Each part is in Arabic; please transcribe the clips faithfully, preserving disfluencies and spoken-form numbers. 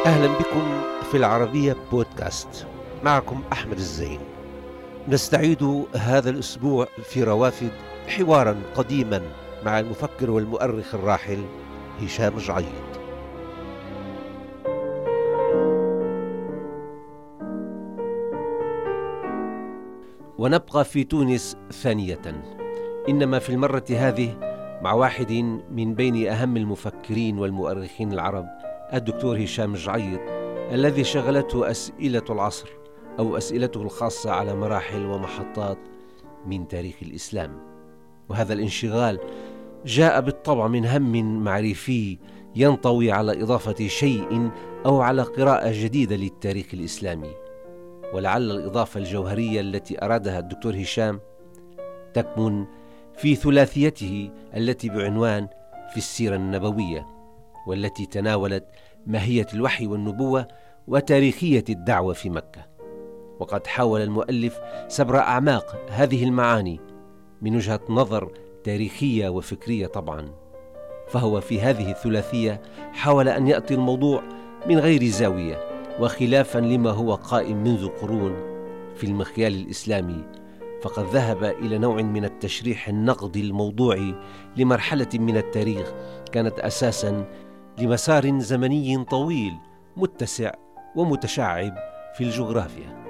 أهلا بكم في العربية بودكاست. معكم أحمد الزين. نستعيد هذا الأسبوع في روافد حوارا قديما مع المفكر والمؤرخ الراحل هشام جعيط. ونبقى في تونس ثانية، إنما في المرة هذه مع واحد من بين أهم المفكرين والمؤرخين العرب، الدكتور هشام جعيط، الذي شغلته أسئلة العصر أو أسئلته الخاصة على مراحل ومحطات من تاريخ الإسلام. وهذا الانشغال جاء بالطبع من هم معرفي ينطوي على إضافة شيء أو على قراءة جديدة للتاريخ الإسلامي. ولعل الإضافة الجوهرية التي أرادها الدكتور هشام تكمن في ثلاثيته التي بعنوان في السيرة النبوية، والتي تناولت ماهية الوحي والنبوة وتاريخية الدعوة في مكة. وقد حاول المؤلف سبر أعماق هذه المعاني من وجهة نظر تاريخية وفكرية طبعا. فهو في هذه الثلاثية حاول أن يأتي الموضوع من غير زاوية، وخلافا لما هو قائم منذ قرون في المخيال الإسلامي، فقد ذهب إلى نوع من التشريح النقدي الموضوعي لمرحلة من التاريخ كانت أساسا لمسار زمني طويل متسع ومتشعب في الجغرافيا.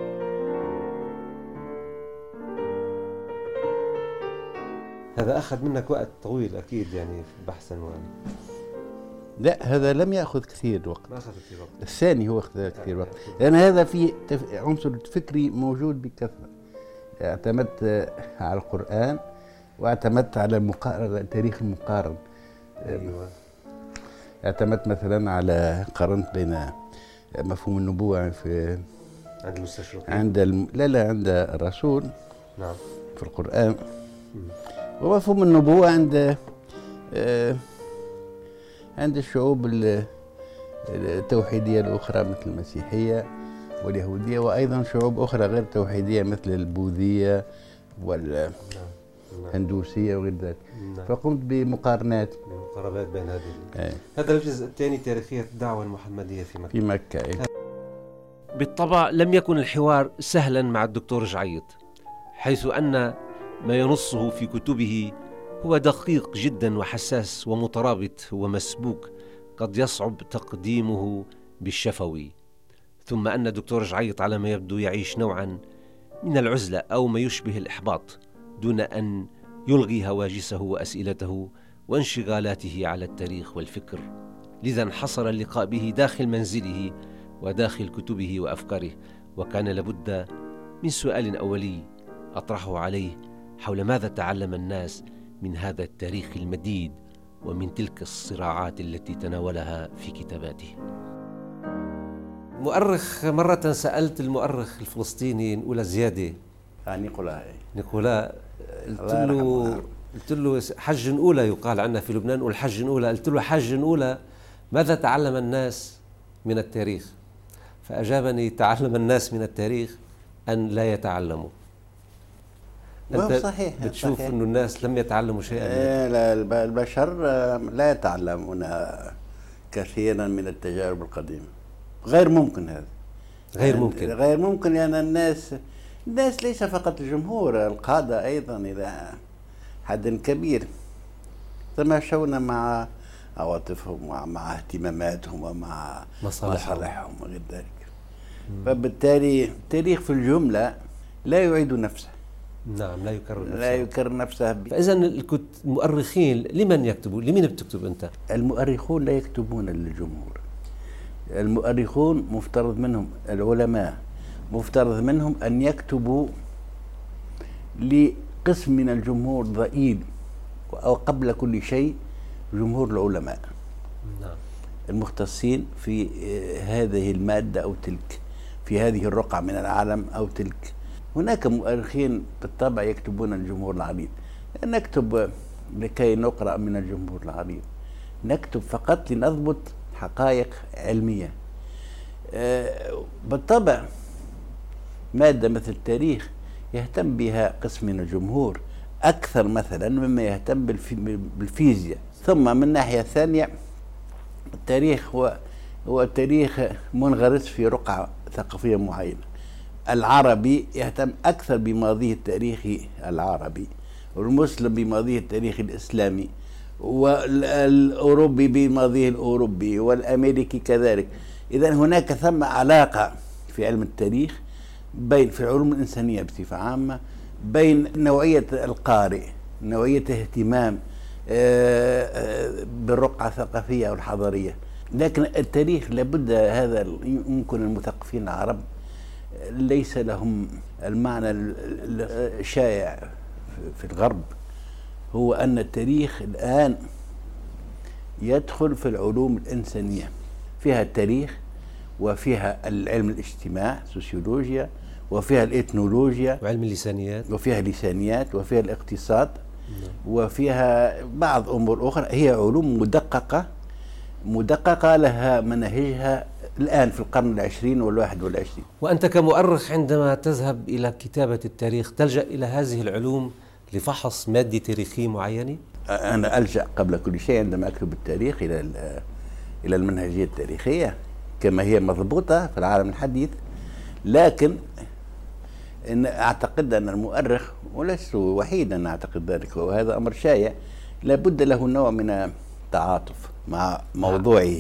هذا أخذ منك وقت طويل أكيد يعني في البحث عنوان. لا، هذا لم يأخذ كثير وقت. ما أخذ كثير وقت. الثاني هو أخذ كثير وقت، لأن هذا في تف... عنصر الفكري موجود بكثرة. اعتمدت على القرآن واعتمدت على المقارنة، تاريخ المقارن. أيوة. اعتمدت مثلا على قارنت بين مفهوم النبوة في عند المستشرقين، عند الم... لا لا عند الرسول، نعم، في القرآن، م. ومفهوم النبوة عند آه عند الشعوب التوحيدية الأخرى مثل المسيحية واليهودية، وأيضا شعوب أخرى غير توحيدية مثل البوذية والهندوسية وغير ذلك. فقمت بمقارنات مقاربات بين هذه. أي. هذا الجزء الثاني، تاريخية الدعوة المحمدية في مكة. في مكة أي. بالطبع لم يكن الحوار سهلا مع الدكتور جعيط، حيث أن ما ينصه في كتبه هو دقيق جدا وحساس ومترابط ومسبوك، قد يصعب تقديمه بالشفوي. ثم أن الدكتور جعيط على ما يبدو يعيش نوعا من العزلة أو ما يشبه الإحباط، دون أن يلغي هواجسه وأسئلته وانشغالاته على التاريخ والفكر. لذا انحصر اللقاء به داخل منزله وداخل كتبه وأفكاره، وكان لابد من سؤال أولي أطرحه عليه حول ماذا تعلم الناس من هذا التاريخ المديد ومن تلك الصراعات التي تناولها في كتاباته. مؤرخ، مرة سألت المؤرخ الفلسطيني نقول زيادة نيقولا نيقولا قلت له قلت له حج أولى يقال عندنا في لبنان، نقول حج أولى. قلت له حج أولى ماذا تعلم الناس من التاريخ؟ فأجابني تعلم الناس من التاريخ أن لا يتعلموا. أنت صحيح بتشوف صحيح. أنه الناس لم يتعلموا شيئا؟ إيه، لا، البشر لا يتعلمون كثيرا من التجارب القديمة. غير ممكن هذا، غير ممكن يعني غير ممكن لأن يعني الناس الناس ليس فقط الجمهور، القادة أيضا إلى حد كبير تماشون مع عواطفهم ومع اهتماماتهم ومع مصالحهم وغير ذلك. فبالتالي التاريخ في الجملة لا يعيد نفسه. نعم، لا يكرر نفسه. لا يكرر نفسه. فإذا المؤرخين لمن يكتبوا؟ لمن بتكتب أنت؟ المؤرخون لا يكتبون للجمهور. المؤرخون مفترض منهم، العلماء مفترض منهم أن يكتبوا لقسم من الجمهور ضئيل، أو قبل كل شيء جمهور العلماء. نعم. المختصين في هذه المادة أو تلك، في هذه الرقعة من العالم أو تلك. هناك مؤرخين بالطبع يكتبون الجمهور العريض. نكتب لكي نقرأ من الجمهور العريض، نكتب فقط لنضبط حقائق علمية. بالطبع مادة مثل التاريخ يهتم بها قسم من الجمهور أكثر مثلا مما يهتم بالفيزياء. ثم من ناحية ثانية التاريخ هو هو التاريخ منغرس في رقعة ثقافية معينة. العربي يهتم أكثر بماضيه التاريخي العربي، والمسلم بماضيه التاريخي الإسلامي، والأوروبي بماضيه الأوروبي، والأمريكي كذلك. إذن هناك ثم علاقة في علم التاريخ بين في العلوم الإنسانية بصفة عامة بين نوعية القارئ، نوعية اهتمام بالرقعة الثقافية أو الحضارية. لكن التاريخ لابد، هذا يمكن المثقفين العرب ليس لهم المعنى الشائع في الغرب، هو أن التاريخ الآن يدخل في العلوم الإنسانية، فيها التاريخ وفيها العلم الاجتماع سوسيولوجيا، وفيها الإثنولوجيا وعلم اللسانيات، وفيها اللسانيات، وفيها الاقتصاد، وفيها بعض أمور أخرى. هي علوم مدققة مدققة لها مناهجها الآن في القرن العشرين والواحد والعشرين. وأنت كمؤرخ عندما تذهب إلى كتابة التاريخ تلجأ إلى هذه العلوم لفحص مادة تاريخية معينة؟ أنا ألجأ قبل كل شيء عندما أكتب التاريخ إلى إلى المنهجية التاريخية كما هي مضبوطة في العالم الحديث، لكن إن أعتقد أن المؤرخ، ولست وحيدا أعتقد ذلك وهذا أمر شائع، لابد له نوع من التعاطف مع موضوعه.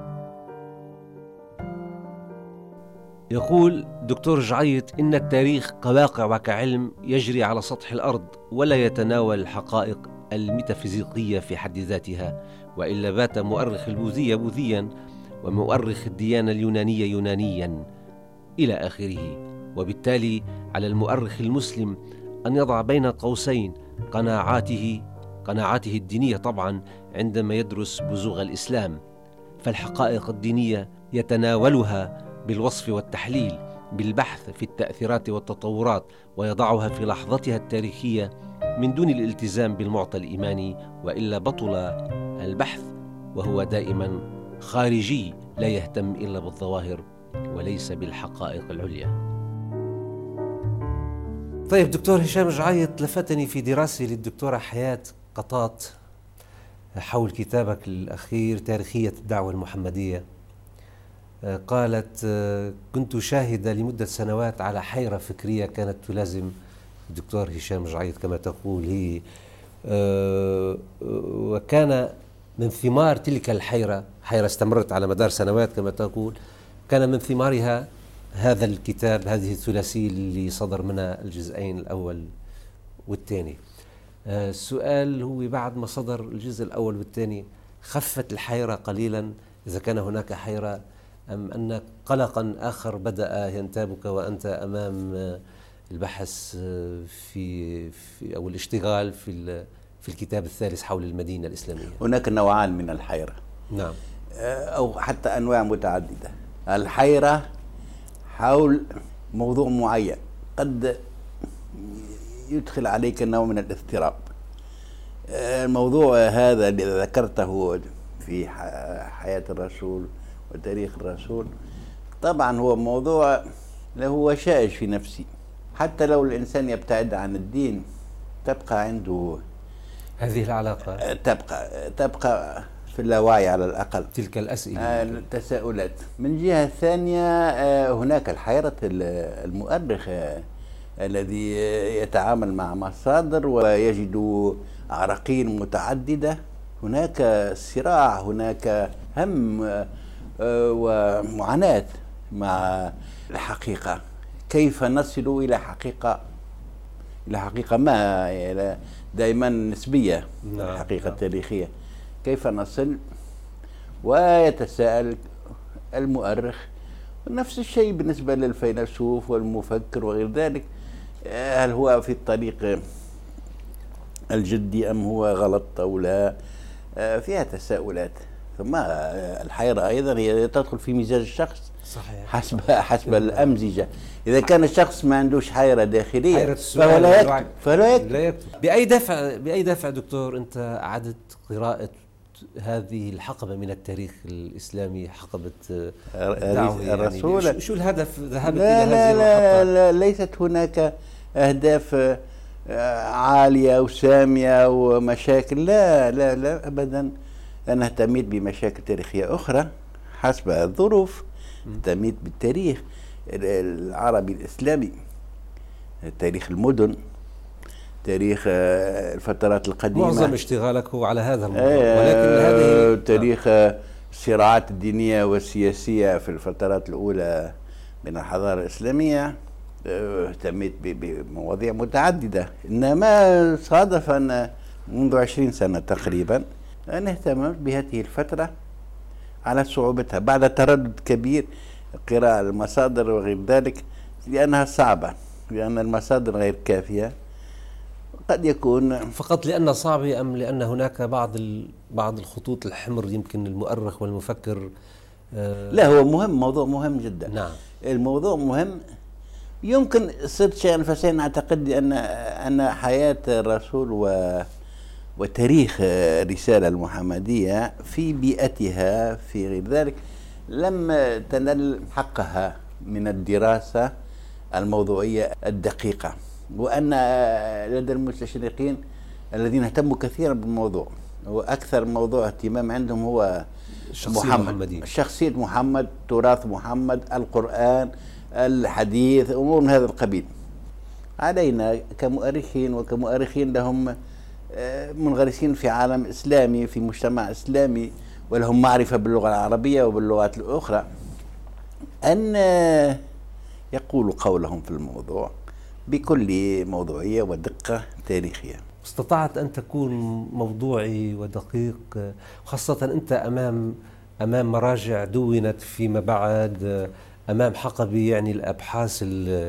يقول دكتور جعيط إن التاريخ كواقع وكعلم يجري على سطح الأرض ولا يتناول الحقائق الميتافيزيقية في حد ذاتها، وإلا بات مؤرخ البوذية بوذيا ومؤرخ الديانة اليونانية يونانيا إلى آخره. وبالتالي على المؤرخ المسلم أن يضع بين قوسين قناعاته قناعاته الدينية طبعا عندما يدرس بزوغ الإسلام، فالحقائق الدينية يتناولها بالوصف والتحليل، بالبحث في التأثيرات والتطورات، ويضعها في لحظتها التاريخية من دون الالتزام بالمعطى الإيماني، وإلا بطل البحث وهو دائما خارجي لا يهتم إلا بالظواهر وليس بالحقائق العليا. طيب دكتور هشام جعيط، لفتني في دراسة للدكتورة حياة قطاط حول كتابك الأخير تاريخية الدعوة المحمدية، قالت: كنت شاهدة لمدة سنوات على حيرة فكرية كانت تلازم الدكتور هشام جعيط كما تقول هي، وكان من ثمار تلك الحيرة، حيرة استمرت على مدار سنوات كما تقول، كان من ثمارها هذا الكتاب، هذه الثلاثية اللي صدر منها الجزئين الأول والثاني. السؤال هو بعد ما صدر الجزء الأول والثاني خفت الحيرة قليلا، إذا كان هناك حيرة، أم أن قلقا آخر بدأ ينتابك وأنت أمام البحث في, في أو الاشتغال في في الكتاب الثالث حول المدينة الإسلامية؟ هناك نوعان من الحيرة، نعم، أو حتى أنواع متعددة. الحيرة حول موضوع معين قد يدخل عليك نوع من الاضطراب. الموضوع هذا اللي ذكرته في حياة الرسول وتاريخ الرسول طبعا هو موضوع له شائج في نفسي، حتى لو الإنسان يبتعد عن الدين تبقى عنده هذه العلاقة، تبقى تبقى في اللاوعي على الأقل تلك الأسئلة، التساؤلات. من جهة ثانية هناك الحيرة المؤرخ الذي يتعامل مع مصادر ويجد عراقيل متعددة، هناك صراع، هناك هم ومعاناة مع الحقيقة. كيف نصل إلى حقيقة إلى حقيقة ما دائما نسبية، الحقيقة التاريخية كيف نصل؟ ويتساءل المؤرخ. نفس الشيء بالنسبة للفيلسوف والمفكر وغير ذلك، هل هو في الطريق الجدي أم هو غلط أو لا؟ فيها تساؤلات. ثم الحيرة أيضا هي تدخل في مزاج الشخص، صحيح، حسب حسب الأمزجة. إذا كان الشخص ما عندوش حيرة داخلية فهو لا يكتب فلا يكتب. بأي دافع بأي دافع دكتور أنت أعدت قراءة هذه الحقبة من التاريخ الإسلامي، حقبة الدعوة الرسول؟ يعني شو الهدف ذهبت لا إلى لا هذه لا, المحطة؟ لا ليست هناك أهداف عالية وسامية ومشاكل، لا لا لا أبدا. أنا اهتميت بمشاكل تاريخية أخرى حسب الظروف. اهتميت بالتاريخ العربي الإسلامي، تاريخ المدن، تاريخ الفترات القديمة. معظم اشتغالك هو على هذا الموضوع، ولكن هذه تاريخ الصراعات الدينية والسياسية في الفترات الأولى من الحضارة الإسلامية. اهتميت بمواضيع متعددة، إنما صادف أن منذ عشرين سنة تقريبا أنا اهتممت بهذه الفترة على صعوبتها بعد تردد كبير، قراءة المصادر وغير ذلك، لأنها صعبة، لأن المصادر غير كافية. قد يكون فقط لأنها صعبة أم لأن هناك بعض بعض الخطوط الحمر يمكن المؤرخ والمفكر آه لا، هو مهم، موضوع مهم جدا. نعم، الموضوع مهم. يمكن صرت شيئا فشيئا أعتقد أن أن حياة الرسول و وتاريخ الرسالة المحمدية في بيئتها في غير ذلك لم تنل حقها من الدراسة الموضوعية الدقيقة، وأن لدى المستشرقين الذين اهتموا كثيرا بالموضوع وأكثر موضوع اهتمام عندهم هو محمد، شخصية محمد، تراث محمد، القرآن، الحديث، أمور من هذا القبيل. علينا كمؤرخين وكمؤرخين لهم منغرسين في عالم إسلامي، في مجتمع إسلامي، ولهم معرفة باللغة العربية وباللغات الأخرى، أن يقولوا قولهم في الموضوع بكل موضوعية ودقة تاريخية. استطعت أن تكون موضوعي ودقيق، خاصة أنت أمام أمام مراجع دونت فيما بعد، أمام حقبة يعني الأبحاث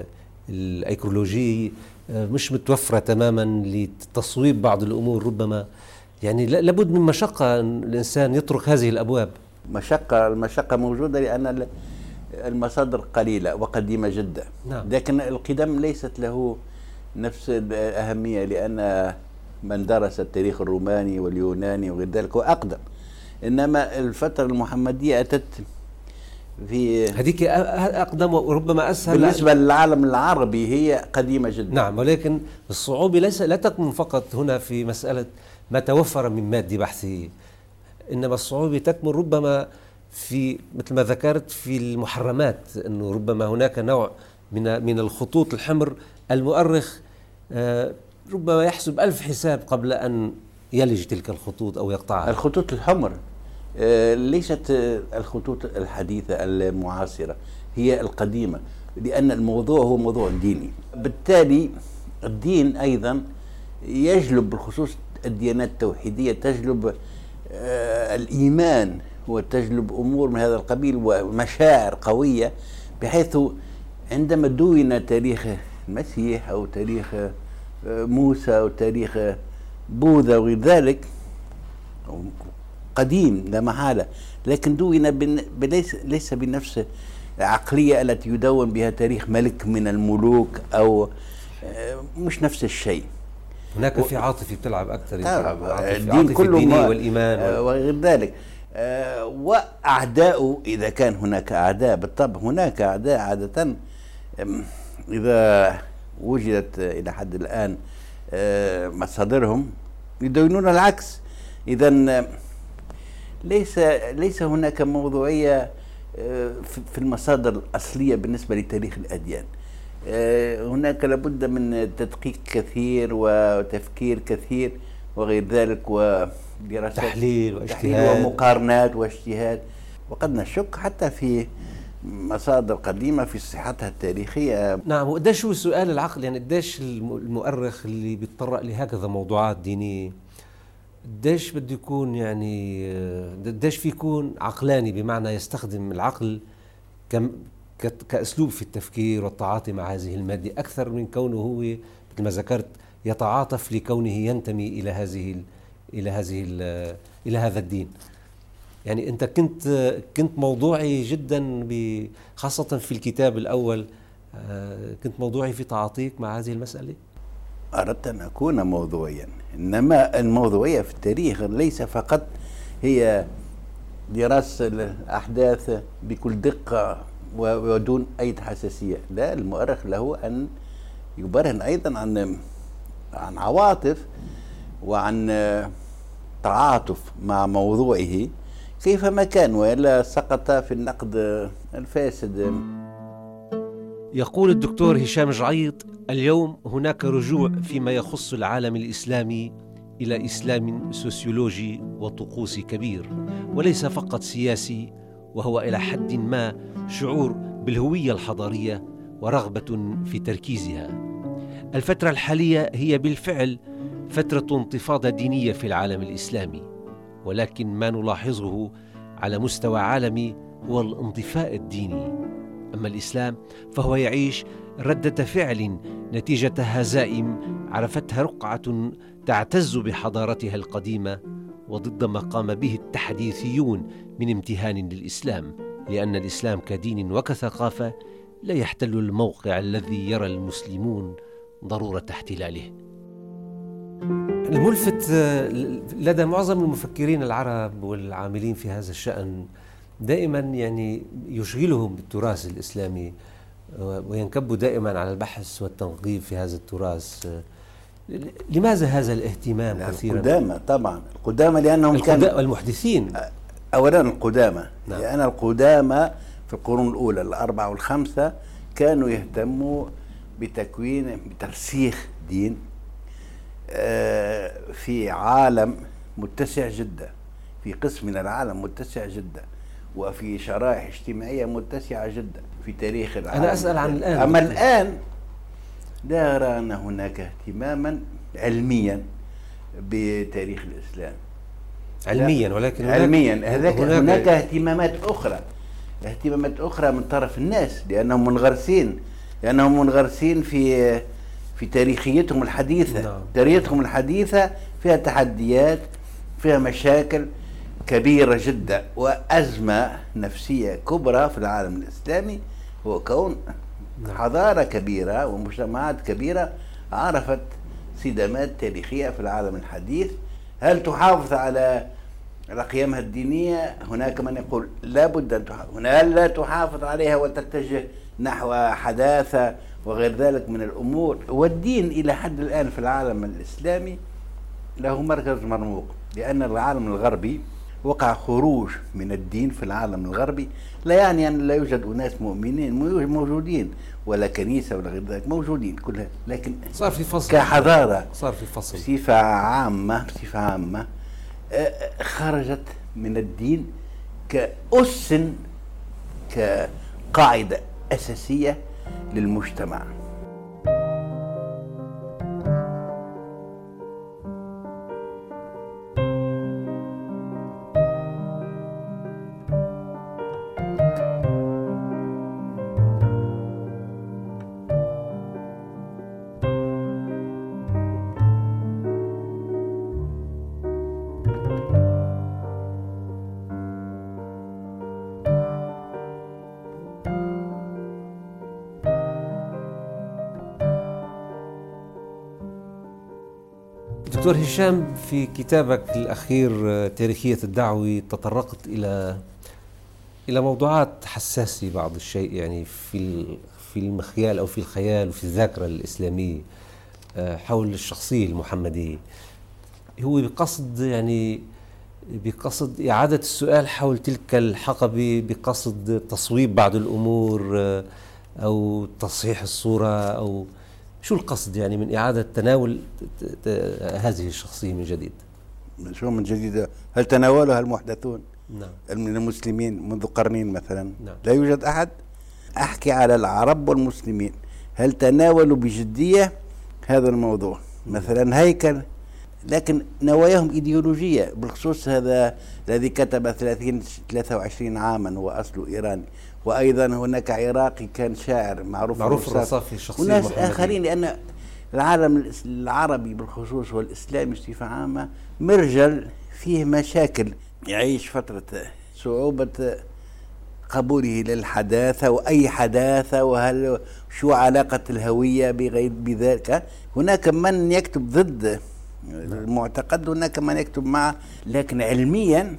الأيكولوجية مش متوفرة تماما لتصويب بعض الأمور، ربما يعني لابد من مشقة الإنسان يترك هذه الأبواب. مشقة، المشقة موجودة لأن المصادر قليلة وقديمة جدا. نعم. لكن القدم ليست له نفس الأهمية، لأن من درس التاريخ الروماني واليوناني وغير ذلك هو أقدم، إنما الفترة المحمدية أتت في هذيك أقدم وربما أسهل بالنسبة للعالم العربي، هي قديمة جدا. نعم، ولكن الصعوبة ليس لا تكمن فقط هنا في مسألة ما توفر من مادة بحثية، إنما الصعوبة تكمن ربما في مثل ما ذكرت في المحرمات، أنه ربما هناك نوع من من الخطوط الحمر المؤرخ ربما يحسب ألف حساب قبل أن يلج تلك الخطوط أو يقطعها. الخطوط الحمر ليست الخطوط الحديثة المعاصرة، هي القديمة، لأن الموضوع هو موضوع ديني. بالتالي الدين أيضا يجلب، بالخصوص الديانات التوحيدية تجلب الإيمان وتجلب أمور من هذا القبيل ومشاعر قوية، بحيث عندما دون تاريخ المسيح أو تاريخ موسى أو تاريخ بوذا وغير ذلك قديم لا محالة، لكن دون ليس ليس بنفس العقلية التي يدون بها تاريخ ملك من الملوك، أو مش نفس الشيء. هناك في عاطفة بتلعب أكثر، الدين كله والإيمان وغير ذلك. وأعداء، إذا كان هناك أعداء بالطبع، هناك أعداء عادة إذا وجدت إلى حد الآن مصادرهم يدونون العكس. إذن ليس ليس هناك موضوعية في المصادر الأصلية بالنسبة لتاريخ الأديان. هناك لابد من تدقيق كثير وتفكير كثير وغير ذلك، ودراسات تحليل واجتهاد ومقارنات واجتهاد، وقد نشك حتى في مصادر قديمة في صحتها التاريخية. نعم. وقديش هو سؤال العقل، يعني قديش المؤرخ اللي بيتطرق لهكذا موضوعات دينية قديش بده يكون، يعني قديش في يكون عقلاني، بمعنى يستخدم العقل كم كأسلوب في التفكير والتعاطي مع هذه المادة، أكثر من كونه هو مثل ما ذكرت يتعاطف لكونه ينتمي إلى هذه إلى هذه إلى هذا الدين. يعني أنت كنت كنت موضوعي جدا، خاصة في الكتاب الأول كنت موضوعي في تعاطيك مع هذه المسألة. أردت أن أكون موضوعيا، إنما الموضوعية في التاريخ ليس فقط هي دراسة الأحداث بكل دقة ودون أي حساسية، لا، المؤرخ له أن يبرهن أيضا عن عن عواطف وعن تعاطف مع موضوعه كيفما كان، وإلا سقط في النقد الفاسد. يقول الدكتور هشام جعيط: اليوم هناك رجوع فيما يخص العالم الإسلامي إلى إسلام سوسيولوجي وطقوسي كبير، وليس فقط سياسي، وهو إلى حد ما شعور بالهوية الحضارية ورغبة في تركيزها. الفترة الحالية هي بالفعل فترة انتفاضة دينية في العالم الإسلامي، ولكن ما نلاحظه على مستوى عالمي هو الانطفاء الديني. أما الإسلام فهو يعيش ردة فعل نتيجة هزائم عرفتها رقعة تعتز بحضارتها القديمة، وضد ما قام به التحديثيون من امتهان للإسلام، لأن الإسلام كدين وكثقافة لا يحتل الموقع الذي يرى المسلمون ضرورة احتلاله. الملفت لدى معظم المفكرين العرب والعاملين في هذا الشأن دائما يعني يشغلهم بالتراث الإسلامي، وينكبوا دائما على البحث والتنقيب في هذا التراث. لماذا هذا الاهتمام كثيرا؟ القدامى طبعا، القدامى لأنهم كانوا المحدثين. أولا القدامى، نعم. لأن القدامى في القرون الأولى الأربعة والخمسة كانوا يهتموا بتكوين بترسيخ دين في عالم متسع جدا، في قسم من العالم متسع جدا، وفي شرائح اجتماعية متسعة جدا في تاريخ العالم. أنا أسأل عن الآن. أما الآن لا أرى أن هناك اهتماما علميا بتاريخ الإسلام علميا، ولكن علميا هناك, هناك اهتمامات أخرى اهتمامات أخرى من طرف الناس، لأنهم منغرسين لأنهم منغرسين في في تاريخيتهم الحديثة. نعم. تاريخهم الحديثة فيها تحديات، فيها مشاكل كبيرة جدا، وأزمة نفسية كبرى في العالم الإسلامي، هو كون حضارة كبيرة ومجتمعات كبيرة عرفت صدامات تاريخية في العالم الحديث. هل تحافظ على على قيمها الدينية؟ هناك من يقول لا بد أن تحافظ، هنا لا تحافظ عليها وتتجه نحو حداثة وغير ذلك من الأمور. والدين إلى حد الآن في العالم الإسلامي له مركز مرموق، لأن العالم الغربي وقع خروج من الدين في العالم الغربي. لا يعني أن لا يوجد أناس مؤمنين، موجودين، ولا كنيسة ولا غير ذلك، موجودين كلها، لكن صار في فصل كحضارة، صار في فصل بصفة عامة بصفة عامة خرجت من الدين كأس، كقاعدة أساسية للمجتمع. دكتور هشام، في كتابك الأخير تاريخية الدعوة تطرقت إلى إلى موضوعات حساسة بعض الشيء، يعني في في المخيال أو في الخيال وفي الذاكرة الإسلامية حول الشخصية المحمدية. هو بقصد يعني بقصد إعادة السؤال حول تلك الحقبة، بقصد تصويب بعض الأمور أو تصحيح الصورة، أو شو القصد يعني من إعادة تناول هذه الشخصية من جديد؟ شو من جديد؟ هل تناولها المحدثون؟ نعم. من المسلمين منذ قرنين مثلا؟ نعم. لا يوجد أحد. أحكي على العرب والمسلمين، هل تناولوا بجدية هذا الموضوع؟ مثلا هيكل، لكن نواياهم إيديولوجية، بالخصوص هذا الذي كتب ثلاثين ثلاثة وعشرين عاما، هو أصله إيراني، وأيضا هناك عراقي كان شاعر معروف معروف الرصافي، الشخصية وناس المحمدية. آخرين، لأن العالم العربي بالخصوص والإسلامي بصفة عامة مرجل فيه مشاكل، يعيش فترة صعوبة قبوله للحداثة وأي حداثة، وهل شو علاقة الهوية بغير بذلك. هناك من يكتب ضد المعتقد، هناك من يكتب معه، لكن علميا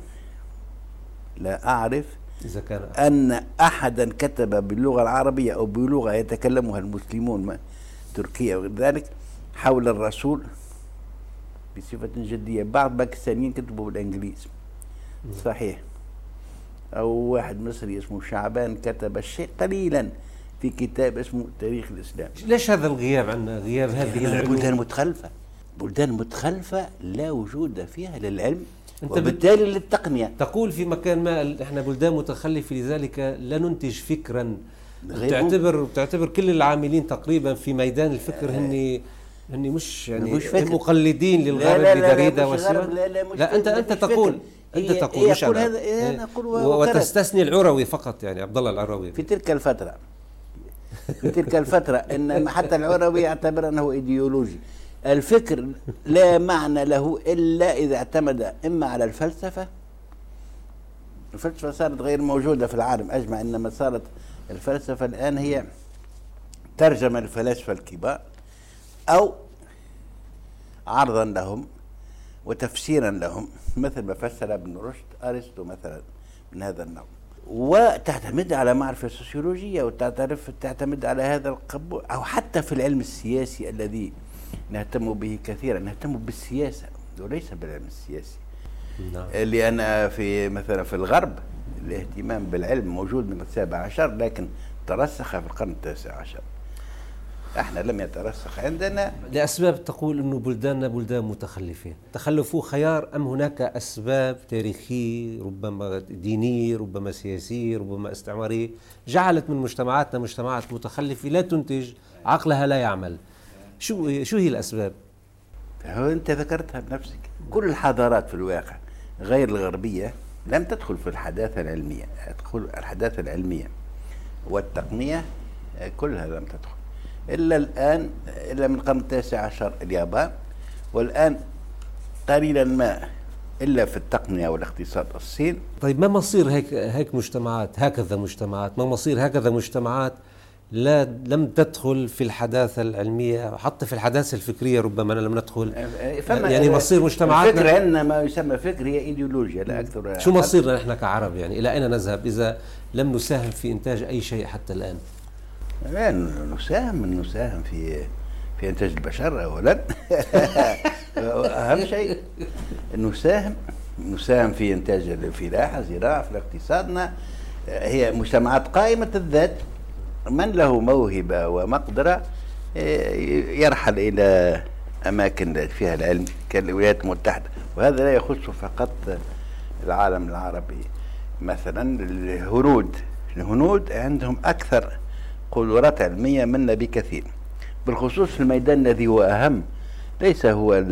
لا أعرف إذا كان أن أحدا كتب باللغة العربية أو بلغة يتكلمها المسلمون تركيا وغير ذلك حول الرسول بصفة جدية. بعض باكستانيين كتبوا بالإنجليزي صحيح، أو واحد مصري اسمه شعبان كتب الشيء قليلا في كتاب اسمه تاريخ الإسلام. ليش هذا الغياب عنا، غياب هذه العلوم؟ بلدان متخلفة، بلدان متخلفة لا وجود فيها للعلم وبالتالي للتقنية. تقول في مكان ما احنا بلدان متخلفة لذلك لا ننتج فكرا. تعتبر تعتبر كل العاملين تقريبا في ميدان الفكر هني هني مش يعني مش مقلدين للغرب لدريدا وسيرا. لا, لا, لا انت انت تقول انت تقول مش انا, أنا وتستثني العروي فقط، يعني عبد الله العروي في تلك الفترة في تلك الفترة ان حتى العروي يعتبر انه ايديولوجي. الفكر لا معنى له الا اذا اعتمد اما على الفلسفة. الفلسفة صارت غير موجودة في العالم اجمع، انما صارت الفلسفة الان هي ترجمة الفلاسفة الكبار او عرضا لهم وتفسيرا لهم، مثل ما فسر ابن رشد ارسطو مثلا من هذا النوع، وتعتمد على معرفة سوسيولوجية وتعترف تعتمد على هذا القبول. أو حتى في العلم السياسي الذي نهتم به كثيرا، نهتم بالسياسة وليس بالعلم السياسي. نعم. لأن في مثلا في الغرب الاهتمام بالعلم موجود من السابع عشر، لكن ترسخ في القرن التاسع عشر. احنا لم يترسخ عندنا لأسباب تقول أنه بلداننا بلدان متخلفة. تخلفوا خيار أم هناك أسباب تاريخية ربما دينية ربما سياسية ربما استعمارية جعلت من مجتمعاتنا مجتمعات متخلفة لا تنتج، عقلها لا يعمل؟ شو شو هي الأسباب؟ هو أنت ذكرتها بنفسك. كل الحضارات في الواقع غير الغربية لم تدخل في الحداثة العلمية. تدخل الحداثة العلمية والتقنية كلها لم تدخل إلا الآن، إلا من القرن التاسع عشر اليابان، والآن قليلا ما إلا في التقنية والاقتصاد الصين. طيب ما مصير هيك هيك مجتمعات هكذا مجتمعات ما مصير هكذا مجتمعات لا لم تدخل في الحداثة العلمية حتى في الحداثة الفكرية ربما لم ندخل، يعني مصير مجتمعاتنا الفكر عندنا ما يسمى فكر هي إيديولوجيا لا أكثر. شو مصيرنا نحن كعرب، يعني إلى أين نذهب إذا لم نساهم في إنتاج أي شيء حتى الآن؟ لا نساهم نساهم في في إنتاج البشر أولا أهم شيء نساهم نساهم في إنتاج الفلاحة الزراعة في اقتصادنا. هي مجتمعات قائمة الذات، من له موهبة ومقدرة يرحل إلى أماكن فيها العلم كالولايات المتحدة، وهذا لا يخص فقط العالم العربي. مثلا الهنود الهنود عندهم أكثر قدرات علمية منا بكثير، بالخصوص في الميدان الذي هو أهم، ليس هو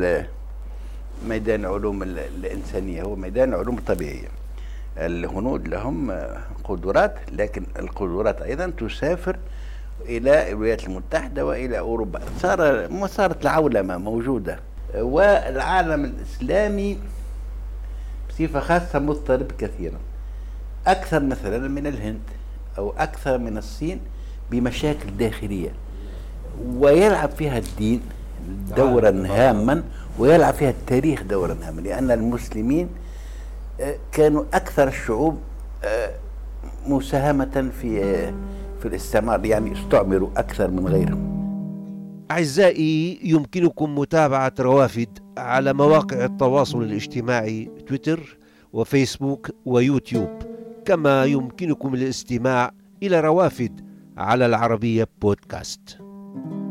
ميدان علوم الإنسانية، هو ميدان علوم الطبيعية. الهنود لهم قدرات، لكن القدرات أيضا تسافر إلى الولايات المتحدة وإلى أوروبا. صار صارت العولمة موجودة، والعالم الإسلامي بصفة خاصة مضطرب كثيرا، أكثر مثلا من الهند أو أكثر من الصين بمشاكل داخلية، ويلعب فيها الدين دورا هاما ويلعب فيها التاريخ دورا هاما، لأن المسلمين كانوا أكثر الشعوب مساهمة في في الاستعمار، يعني استعمروا أكثر من غيرهم. أعزائي، يمكنكم متابعة روافد على مواقع التواصل الاجتماعي تويتر وفيسبوك ويوتيوب، كما يمكنكم الاستماع إلى روافد على العربية بودكاست.